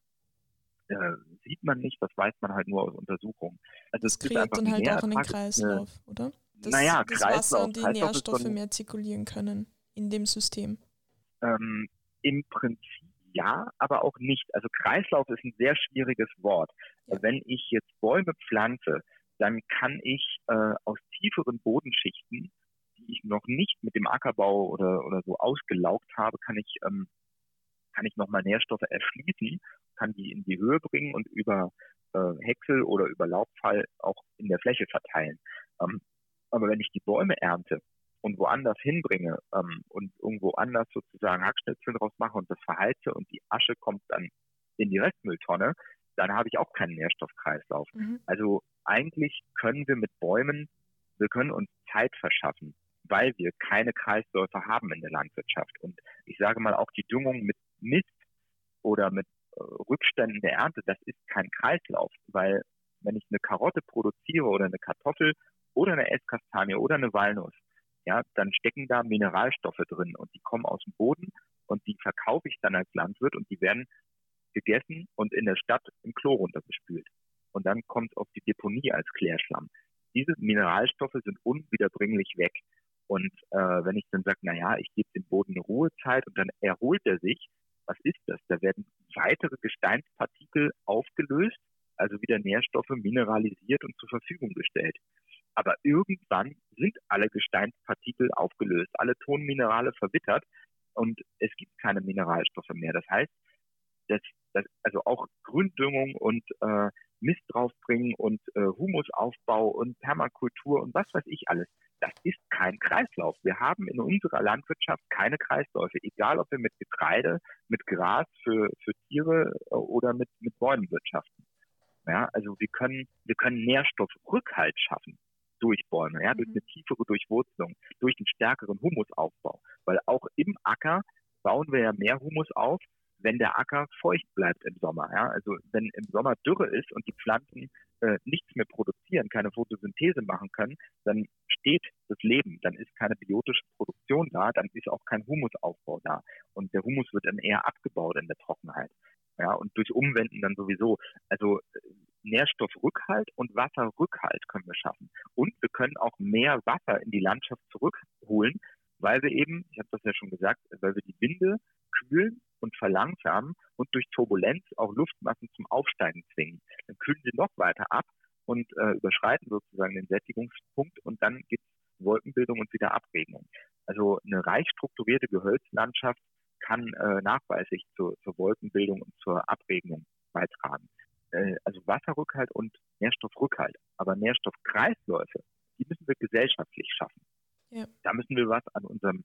äh, sieht man nicht, das weiß man halt nur aus Untersuchungen. Also Das es gibt kreiert einfach dann halt auch einen Mehrertrag, Kreislauf, äh, oder? Dass naja, das Kreislauf, Wasser und die Kreislauf ist Nährstoffe so ein, mehr zirkulieren können in dem System. ähm, im Prinzip ja, aber auch nicht. Also Kreislauf ist ein sehr schwieriges Wort. Ja. Wenn ich jetzt Bäume pflanze, dann kann ich äh, aus tieferen Bodenschichten, die ich noch nicht mit dem Ackerbau oder, oder so ausgelaugt habe, kann ich, ähm, kann ich nochmal Nährstoffe erschließen, kann die in die Höhe bringen und über äh, Häcksel oder über Laubfall auch in der Fläche verteilen. Ähm, aber wenn ich die Bäume ernte und woanders hinbringe ähm, und irgendwo anders sozusagen Hackschnitzel draus mache und das verheize und die Asche kommt dann in die Restmülltonne, dann habe ich auch keinen Nährstoffkreislauf. Mhm. Also eigentlich können wir mit Bäumen, wir können uns Zeit verschaffen, weil wir keine Kreisläufe haben in der Landwirtschaft. Und ich sage mal, auch die Düngung mit Mist oder mit äh, Rückständen der Ernte, das ist kein Kreislauf, weil wenn ich eine Karotte produziere oder eine Kartoffel oder eine Esskastanie oder eine Walnuss, ja, dann stecken da Mineralstoffe drin und die kommen aus dem Boden und die verkaufe ich dann als Landwirt und die werden gegessen und in der Stadt im Klo runtergespült. Und dann kommt es auf die Deponie als Klärschlamm. Diese Mineralstoffe sind unwiederbringlich weg. Und äh, wenn ich dann sage, naja, ich gebe dem Boden eine Ruhezeit und dann erholt er sich, was ist das? Da werden weitere Gesteinspartikel aufgelöst, also wieder Nährstoffe mineralisiert und zur Verfügung gestellt. Aber irgendwann sind alle Gesteinspartikel aufgelöst, alle Tonminerale verwittert und es gibt keine Mineralstoffe mehr. Das heißt, dass, dass also auch Gründüngung und äh, Mist draufbringen und äh, Humusaufbau und Permakultur und was weiß ich alles, das ist kein Kreislauf. Wir haben in unserer Landwirtschaft keine Kreisläufe, egal ob wir mit Getreide, mit Gras für, für Tiere äh, oder mit, mit Bäumen wirtschaften. Ja, also wir können, wir können Nährstoffrückhalt schaffen durch Bäume, ja, durch eine tiefere Durchwurzelung, durch einen stärkeren Humusaufbau. Weil auch im Acker bauen wir ja mehr Humus auf, wenn der Acker feucht bleibt im Sommer. Ja? Also wenn im Sommer Dürre ist und die Pflanzen äh, nichts mehr produzieren, keine Photosynthese machen können, dann steht das Leben, dann ist keine biotische Produktion da, dann ist auch kein Humusaufbau da. Und der Humus wird dann eher abgebaut in der Trockenheit. Ja, und durch Umwenden dann sowieso. Also Nährstoffrückhalt und Wasserrückhalt können wir schaffen. Und wir können auch mehr Wasser in die Landschaft zurückholen, weil wir eben, ich habe das ja schon gesagt, weil wir die Winde kühlen und verlangsamen und durch Turbulenz auch Luftmassen zum Aufsteigen zwingen. Dann kühlen sie noch weiter ab und äh, überschreiten sozusagen den Sättigungspunkt und dann gibt es Wolkenbildung und wieder Abregnung. Also eine reich strukturierte Gehölzlandschaft kann äh, nachweislich zur, zur Wolkenbildung und zur Abregnung beitragen. Äh, also Wasserrückhalt und Nährstoffrückhalt. Aber Nährstoffkreisläufe, die müssen wir gesellschaftlich schaffen. Ja. Da müssen wir was an unserem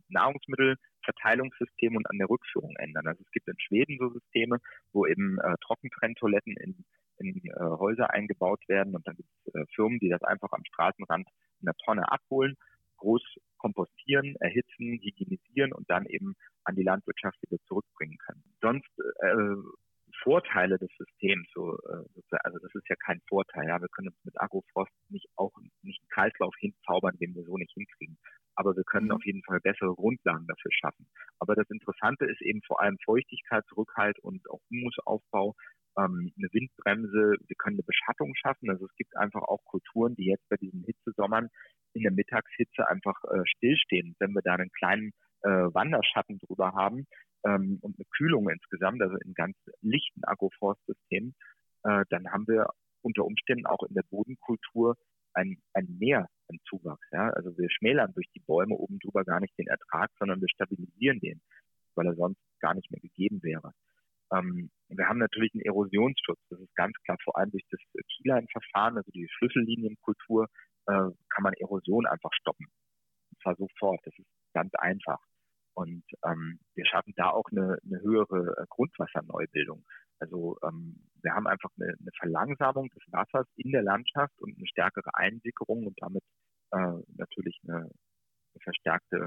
Nahrungsmittelverteilungssystem und an der Rückführung ändern. Also es gibt in Schweden so Systeme, wo eben äh, Trockentrenntoiletten in, in äh, Häuser eingebaut werden und dann gibt es äh, Firmen, die das einfach am Straßenrand in der Tonne abholen, groß kompostieren, erhitzen, hygienisieren und dann eben an die Landwirtschaft wieder zurückbringen können. Sonst äh, Vorteile des Systems, so, äh, also das ist ja kein Vorteil. Ja? Wir können uns mit Agroforst nicht auch nicht einen Kreislauf hinzaubern, den wir so nicht hinkriegen. Aber wir können mhm. auf jeden Fall bessere Grundlagen dafür schaffen. Aber das Interessante ist eben vor allem Feuchtigkeitsrückhalt und auch Humusaufbau, ähm, eine Windbremse. Wir können eine Beschattung schaffen. Also es gibt einfach auch Kulturen, die jetzt bei diesen Hitzesommern in der Mittagshitze einfach äh, stillstehen. Wenn wir da einen kleinen äh, Wanderschatten drüber haben, ähm, und eine Kühlung insgesamt, also in ganz lichten Agroforstsystemen, äh, dann haben wir unter Umständen auch in der Bodenkultur ein, ein Mehr an Zuwachs. Ja? Also wir schmälern durch die Bäume oben drüber gar nicht den Ertrag, sondern wir stabilisieren den, weil er sonst gar nicht mehr gegeben wäre. Ähm, wir haben natürlich einen Erosionsschutz, das ist ganz klar, vor allem durch das Kieline-Verfahren, also die Schlüssellinienkultur, äh, kann man Erosion einfach stoppen. Und zwar sofort, das ist ganz einfach. Und ähm, wir schaffen da auch eine, eine höhere äh, Grundwasserneubildung. Also ähm, wir haben einfach eine, eine Verlangsamung des Wassers in der Landschaft und eine stärkere Einsickerung und damit äh, natürlich eine, eine verstärkte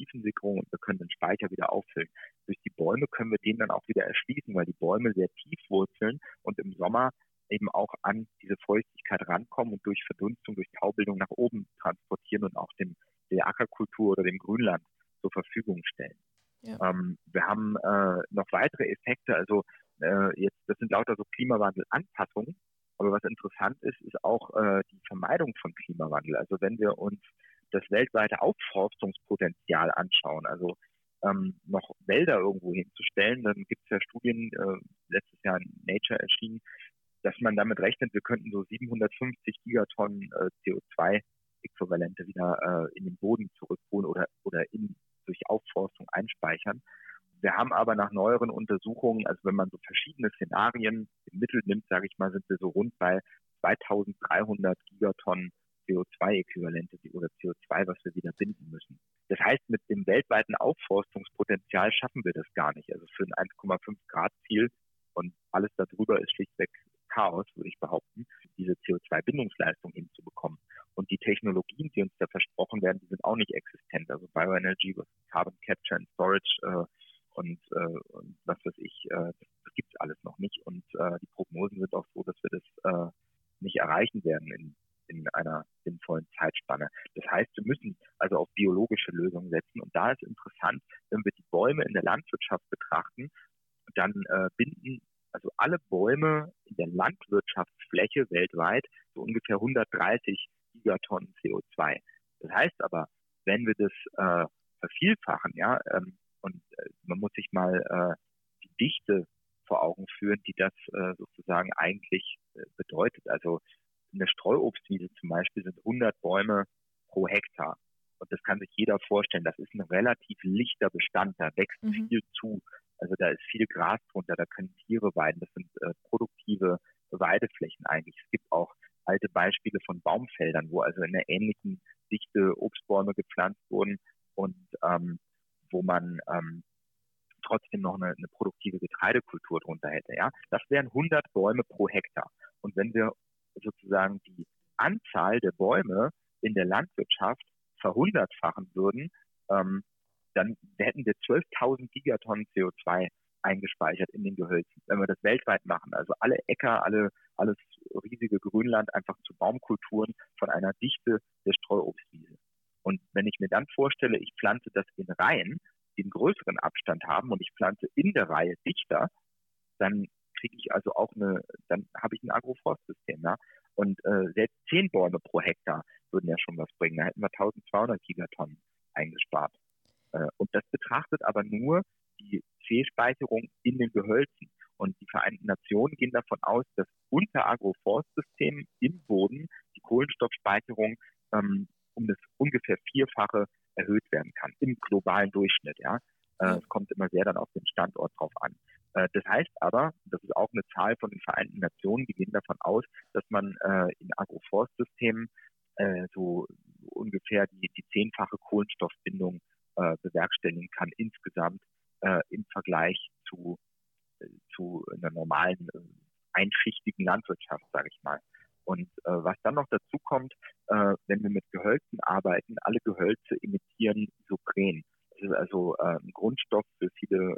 Tiefensicherung und wir können den Speicher wieder auffüllen. Durch die Bäume können wir den dann auch wieder erschließen, weil die Bäume sehr tief wurzeln und im Sommer eben auch an diese Feuchtigkeit rankommen und durch Verdunstung, durch Taubildung nach oben transportieren und auch dem, der Ackerkultur oder dem Grünland zur Verfügung stellen. Ja. Ähm, wir haben äh, noch weitere Effekte, also äh, jetzt, das sind lauter so Klimawandelanpassungen, aber was interessant ist, ist auch äh, die Vermeidung von Klimawandel. Also wenn wir uns das weltweite Aufforstungspotenzial anschauen, also ähm, noch Wälder irgendwo hinzustellen, dann gibt es ja Studien, äh, letztes Jahr in Nature erschienen, dass man damit rechnet, wir könnten so siebenhundertfünfzig Gigatonnen äh, C O zwei Äquivalente wieder äh, in den Boden zurückholen oder, oder in, durch Aufforstung einspeichern. Wir haben aber nach neueren Untersuchungen, also wenn man so verschiedene Szenarien im Mittel nimmt, sage ich mal, sind wir so rund bei zweitausenddreihundert Gigatonnen C O zwei Äquivalente oder C O zwei, was wir wieder binden müssen. Das heißt, mit dem weltweiten Aufforstungspotenzial schaffen wir das gar nicht. Also für ein eins Komma fünf Grad Ziel und alles darüber ist schlichtweg Chaos, würde ich behaupten, diese C O zwei Bindungsleistung hinzubekommen. Und die Technologien, die uns da versprochen werden, die sind auch nicht existent. Also Bioenergy, Carbon Capture and Storage äh, und, äh, und was weiß ich, äh, das, das gibt es alles noch nicht. Und äh, die Prognosen sind auch so, dass wir das äh, nicht erreichen werden in, in einer sinnvollen Zeitspanne. Das heißt, wir müssen also auf biologische Lösungen setzen. Und da ist interessant, wenn wir die Bäume in der Landwirtschaft betrachten, dann äh, binden also alle Bäume in der Landwirtschaftsfläche weltweit so ungefähr hundertdreißig Gigatonnen C O zwei. Das heißt aber, wenn wir das äh, vervielfachen, ja, ähm, und äh, man muss sich mal äh, die Dichte vor Augen führen, die das äh, sozusagen eigentlich äh, bedeutet. Also eine Streuobstwiese zum Beispiel sind hundert Bäume pro Hektar. Und das kann sich jeder vorstellen. Das ist ein relativ lichter Bestand, da wächst mhm. viel zu. Also da ist viel Gras drunter, da können Tiere weiden. Das sind äh, produktive Weideflächen eigentlich. Es gibt auch alte Beispiele von Baumfeldern, wo also in einer ähnlichen Dichte Obstbäume gepflanzt wurden und ähm, wo man ähm, trotzdem noch eine, eine produktive Getreidekultur drunter hätte. Ja, das wären hundert Bäume pro Hektar. Und wenn wir sozusagen die Anzahl der Bäume in der Landwirtschaft verhundertfachen würden, ähm, dann hätten wir zwölftausend Gigatonnen C O zwei eingespeichert in den Gehölzen. Wenn wir das weltweit machen, also alle Äcker, alle, alles riesige Grünland einfach zu Baumkulturen von einer Dichte der Streuobstwiese. Und wenn ich mir dann vorstelle, ich pflanze das in Reihen, die einen größeren Abstand haben und ich pflanze in der Reihe dichter, dann kriege ich also auch eine, dann habe ich ein Agroforstsystem, ja. Und äh, selbst zehn Bäume pro Hektar würden ja schon was bringen. Da hätten wir eintausendzweihundert Gigatonnen eingespart. Äh, und das betrachtet aber nur die C-Speicherung in den Gehölzen. Und die Vereinten Nationen gehen davon aus, dass unter Agroforstsystem im Boden die Kohlenstoffspeicherung ähm, um das ungefähr Vierfache erhöht werden kann, im globalen Durchschnitt. Ja, äh, es kommt immer sehr dann auf den Standort drauf an. Äh, das heißt aber, das ist auch eine Zahl von den Vereinten Nationen, die gehen davon aus, dass man äh, in Agroforstsystemen äh, so ungefähr die, die zehnfache Kohlenstoffbindung äh, bewerkstelligen kann insgesamt äh, im Vergleich zu, äh, zu einer normalen äh, einschichtigen Landwirtschaft, sage ich mal. Und äh, was dann noch dazu kommt, äh, wenn wir mit Gehölzen arbeiten, alle Gehölze emittieren Isopren. Das ist also äh, ein Grundstoff für viele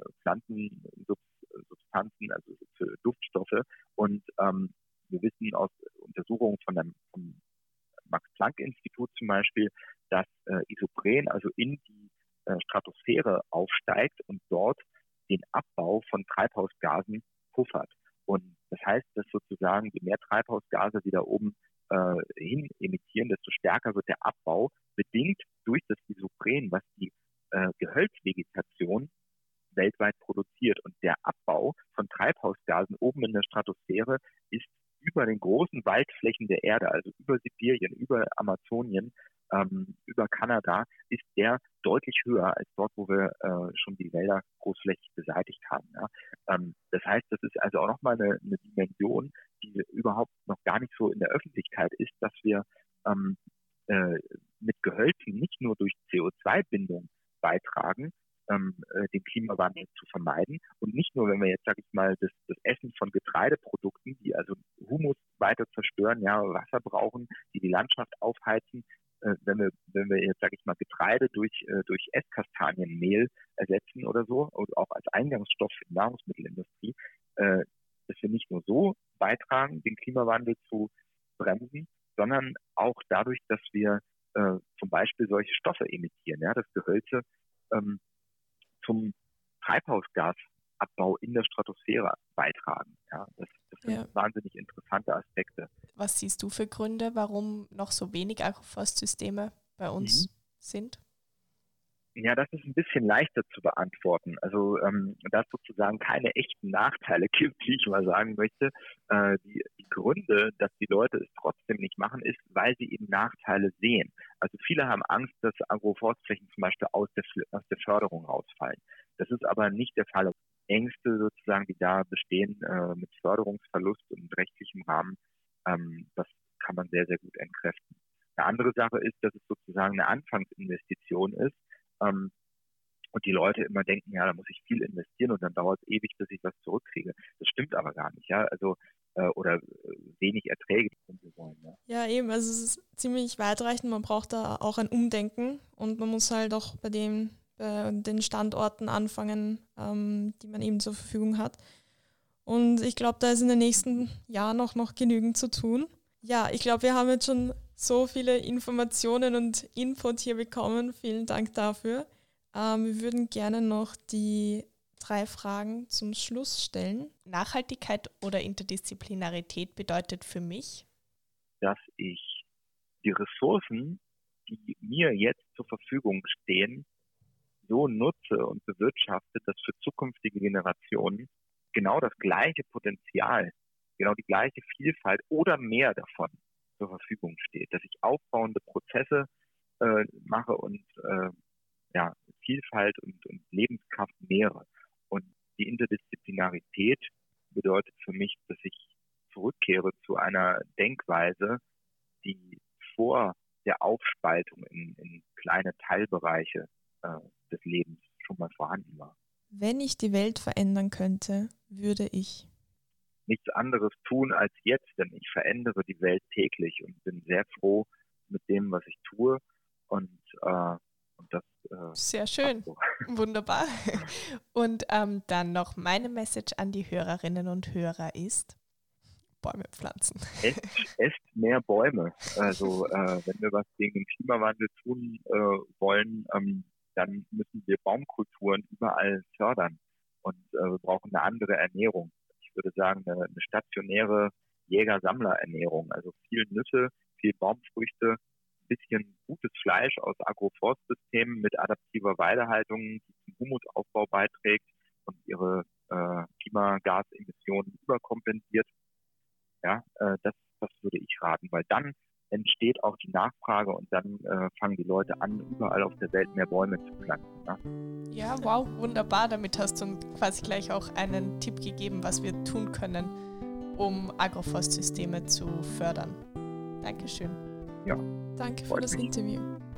Pflanzensubstanzen, also für Duftstoffe. Und ähm, wir wissen aus Untersuchungen von dem, vom Max-Planck-Institut zum Beispiel, dass äh, Isopren also in die äh, Stratosphäre aufsteigt und dort den Abbau von Treibhausgasen puffert. Und das heißt, dass sozusagen je mehr Treibhausgase sie da oben äh, hin emittieren, desto stärker wird der Abbau, bedingt durch das Isopren, was die äh, Gehölzvegetation weltweit produziert. Und der Abbau von Treibhausgasen oben in der Stratosphäre ist über den großen Waldflächen der Erde, also über Sibirien, über Amazonien, ähm, über Kanada, ist der deutlich höher als dort, wo wir äh, schon die Wälder großflächig beseitigt haben. Ja. Ähm, das heißt, das ist also auch nochmal eine, eine Dimension, die überhaupt noch gar nicht so in der Öffentlichkeit ist, dass wir ähm, äh, mit Gehölzen nicht nur durch C O zwei Bindung beitragen, ähm, äh, den Klimawandel zu vermeiden. Und nicht nur, wenn wir jetzt, sage ich mal, das, das Essen von Getreideprodukten, die also Humus weiter zerstören, ja, Wasser brauchen, die die Landschaft aufheizen, äh, wenn wir, wenn wir jetzt, sage ich mal, Getreide durch, äh, durch Esskastanienmehl ersetzen oder so, und auch als Eingangsstoff für die Nahrungsmittelindustrie, äh, dass wir nicht nur so beitragen, den Klimawandel zu bremsen, sondern auch dadurch, dass wir äh, zum Beispiel solche Stoffe emittieren, ja, dass Gehölze ähm, zum Treibhausgasabbau in der Stratosphäre beitragen. Ja, das, das sind Ja. wahnsinnig interessante Aspekte. Was siehst du für Gründe, warum noch so wenig Agroforstsysteme bei uns Mhm. sind? Ja, das ist ein bisschen leichter zu beantworten. Also ähm, da es sozusagen keine echten Nachteile gibt, wie ich mal sagen möchte. Äh, die, die Gründe, dass die Leute es trotzdem nicht machen, ist, weil sie eben Nachteile sehen. Also viele haben Angst, dass Agroforstflächen zum Beispiel aus der, aus der Förderung rausfallen. Das ist aber nicht der Fall. Ängste sozusagen, die da bestehen äh, mit Förderungsverlust und rechtlichem Rahmen, ähm, das kann man sehr, sehr gut entkräften. Eine andere Sache ist, dass es sozusagen eine Anfangsinvestition ist, Ähm, und die Leute immer denken, ja, da muss ich viel investieren und dann dauert es ewig, bis ich was zurückkriege. Das stimmt aber gar nicht, ja. Also äh, oder äh, wenig Erträge, die wir wollen. Ja. Ja, eben, also es ist ziemlich weitreichend, man braucht da auch ein Umdenken und man muss halt auch bei dem, bei den Standorten anfangen, ähm, die man eben zur Verfügung hat. Und ich glaube, da ist in den nächsten Jahren auch noch genügend zu tun. Ja, ich glaube, wir haben jetzt schon so viele Informationen und Input hier bekommen. Vielen Dank dafür. Ähm, wir würden gerne noch die drei Fragen zum Schluss stellen. Nachhaltigkeit oder Interdisziplinarität bedeutet für mich, dass ich die Ressourcen, die mir jetzt zur Verfügung stehen, so nutze und bewirtschafte, dass für zukünftige Generationen genau das gleiche Potenzial, genau die gleiche Vielfalt oder mehr davon zur Verfügung steht, dass ich aufbauende Prozesse äh, mache und äh, ja, Vielfalt und, und Lebenskraft mehre. Und die Interdisziplinarität bedeutet für mich, dass ich zurückkehre zu einer Denkweise, die vor der Aufspaltung in, in kleine Teilbereiche äh, des Lebens schon mal vorhanden war. Wenn ich die Welt verändern könnte, würde ich nichts anderes tun als jetzt, denn ich verändere die Welt täglich und bin sehr froh mit dem, was ich tue. Und, äh, und das äh, sehr schön, so. Wunderbar. Und ähm, dann noch meine Message an die Hörerinnen und Hörer ist, Bäume pflanzen. Esst, esst mehr Bäume. Also äh, wenn wir was gegen den Klimawandel tun äh, wollen, ähm, dann müssen wir Baumkulturen überall fördern. Und äh, wir brauchen eine andere Ernährung. Ich würde sagen, eine, eine stationäre Jäger-Sammler-Ernährung. Also viel Nüsse, viel Baumfrüchte, ein bisschen gutes Fleisch aus Agroforstsystemen mit adaptiver Weidehaltung, die zum Humusaufbau beiträgt und ihre äh, Klimagasemissionen überkompensiert. Ja, äh, das, das würde ich raten, weil dann entsteht auch die Nachfrage und dann äh, fangen die Leute an, überall auf der Welt mehr Bäume zu pflanzen. Ne? Ja, wow, wunderbar. Damit hast du uns quasi gleich auch einen Tipp gegeben, was wir tun können, um Agroforstsysteme zu fördern. Dankeschön. Ja. Danke für Freut das mich. Interview.